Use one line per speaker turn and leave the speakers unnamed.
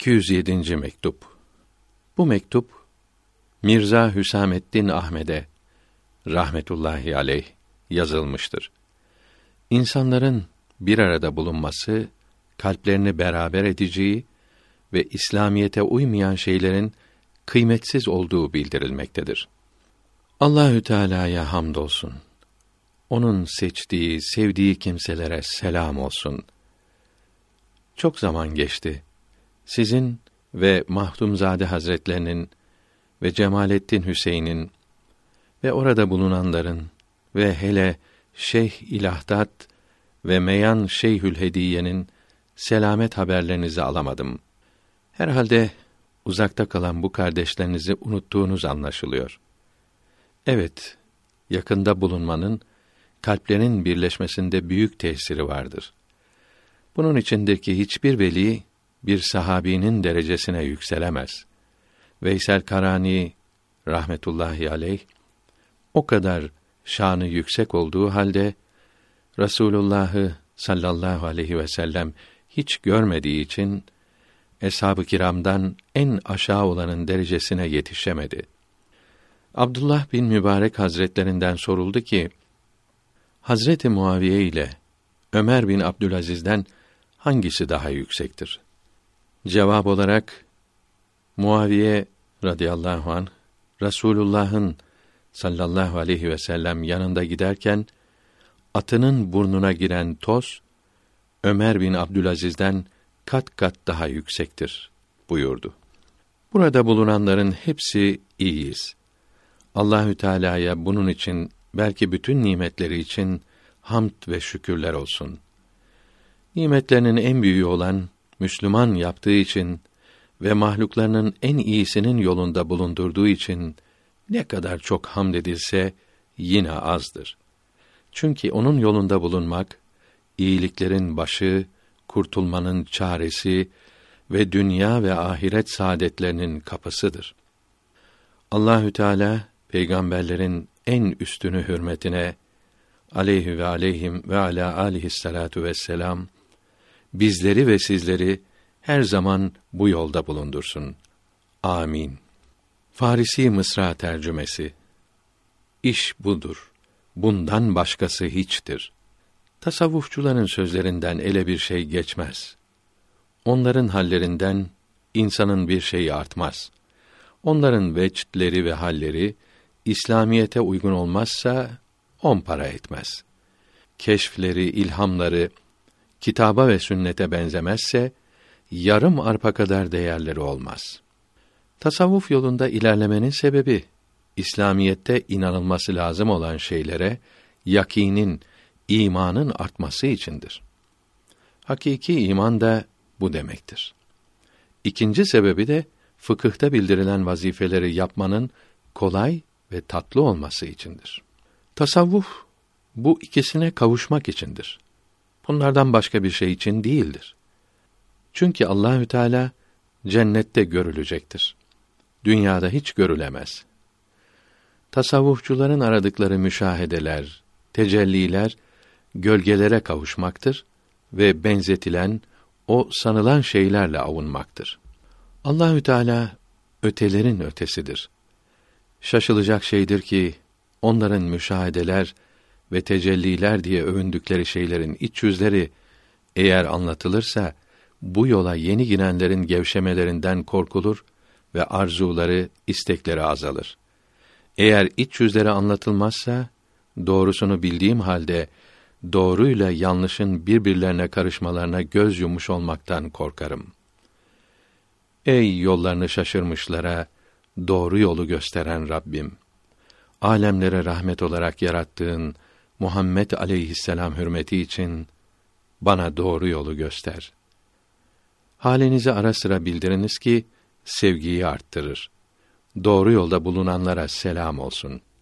207. mektup. Bu mektup Mirza Hüsamettin Ahmed'e rahmetullahi aleyh yazılmıştır. İnsanların bir arada bulunması, kalplerini beraber edeceği ve İslamiyete uymayan şeylerin kıymetsiz olduğu bildirilmektedir. Allahü Teala'ya hamdolsun. Onun seçtiği, sevdiği kimselere selam olsun. Çok zaman geçti. Sizin ve Mahdumzade Hazretlerinin ve Cemalettin Hüseyin'in ve orada bulunanların ve hele Şeyh İlahdat ve Meyan Şeyhülhediye'nin selamet haberlerinizi alamadım. Herhalde uzakta kalan bu kardeşlerinizi unuttuğunuz anlaşılıyor. Evet, yakında bulunmanın kalplerin birleşmesinde büyük tesiri vardır. Bunun içindeki hiçbir veli bir sahabinin derecesine yükselemez. Veysel Karani rahmetullahi aleyh o kadar şanı yüksek olduğu halde Resulullah'ı sallallahu aleyhi ve sellem hiç görmediği için eshab-ı kiramdan en aşağı olanın derecesine yetişemedi. Abdullah bin Mübarek Hazretlerinden soruldu ki, Hazreti Muaviye ile Ömer bin Abdülaziz'den hangisi daha yüksektir? Cevap olarak, Muaviye radıyallahu anh, Resulullah'ın sallallahu aleyhi ve sellem yanında giderken, atının burnuna giren toz, Ömer bin Abdülaziz'den kat kat daha yüksektir buyurdu. Burada bulunanların hepsi iyiyiz. Allahü Teala'ya bunun için, belki bütün nimetleri için hamd ve şükürler olsun. Nimetlerinin en büyüğü olan Müslüman yaptığı için ve mahluklarının en iyisinin yolunda bulundurduğu için ne kadar çok hamd edilse yine azdır. Çünkü onun yolunda bulunmak, iyiliklerin başı, kurtulmanın çaresi ve dünya ve ahiret saadetlerinin kapısıdır. Allahü Teala peygamberlerin en üstünü hürmetine aleyhi ve aleyhim ve ala aleyhissalatu vesselam bizleri ve sizleri her zaman bu yolda bulundursun. Amin. Farisi Mısra tercümesi. İş budur. Bundan başkası hiçtir. Tasavvufçuların sözlerinden ele bir şey geçmez. Onların hallerinden insanın bir şeyi artmaz. Onların vecdleri ve halleri İslamiyete uygun olmazsa 10 para etmez. Keşfleri, ilhamları kitaba ve sünnete benzemezse yarım arpa kadar değerleri olmaz. Tasavvuf yolunda ilerlemenin sebebi İslamiyette inanılması lazım olan şeylere yakînin, imanın artması içindir. Hakiki iman da bu demektir. İkinci sebebi de fıkıhta bildirilen vazifeleri yapmanın kolay ve tatlı olması içindir. Tasavvuf bu ikisine kavuşmak içindir. Bunlardan başka bir şey için değildir. Çünkü Allahü Teala cennette görülecektir. Dünyada hiç görülemez. Tasavvufçuların aradıkları müşahedeler, tecelliler gölgelere kavuşmaktır ve benzetilen o sanılan şeylerle avunmaktır. Allahü Teala ötelerin ötesidir. Şaşılacak şeydir ki onların müşahedeler ve tecelliler diye övündükleri şeylerin iç yüzleri eğer anlatılırsa bu yola yeni girenlerin gevşemelerinden korkulur ve arzuları, istekleri azalır. Eğer iç yüzleri anlatılmazsa doğrusunu bildiğim halde doğruyla yanlışın birbirlerine karışmalarına göz yummuş olmaktan korkarım. Ey yollarını şaşırmışlara doğru yolu gösteren Rabbim! Âlemlere rahmet olarak yarattığın Muhammed aleyhisselam hürmeti için bana doğru yolu göster. Halinizi ara sıra bildiriniz ki sevgiyi arttırır. Doğru yolda bulunanlara selam olsun.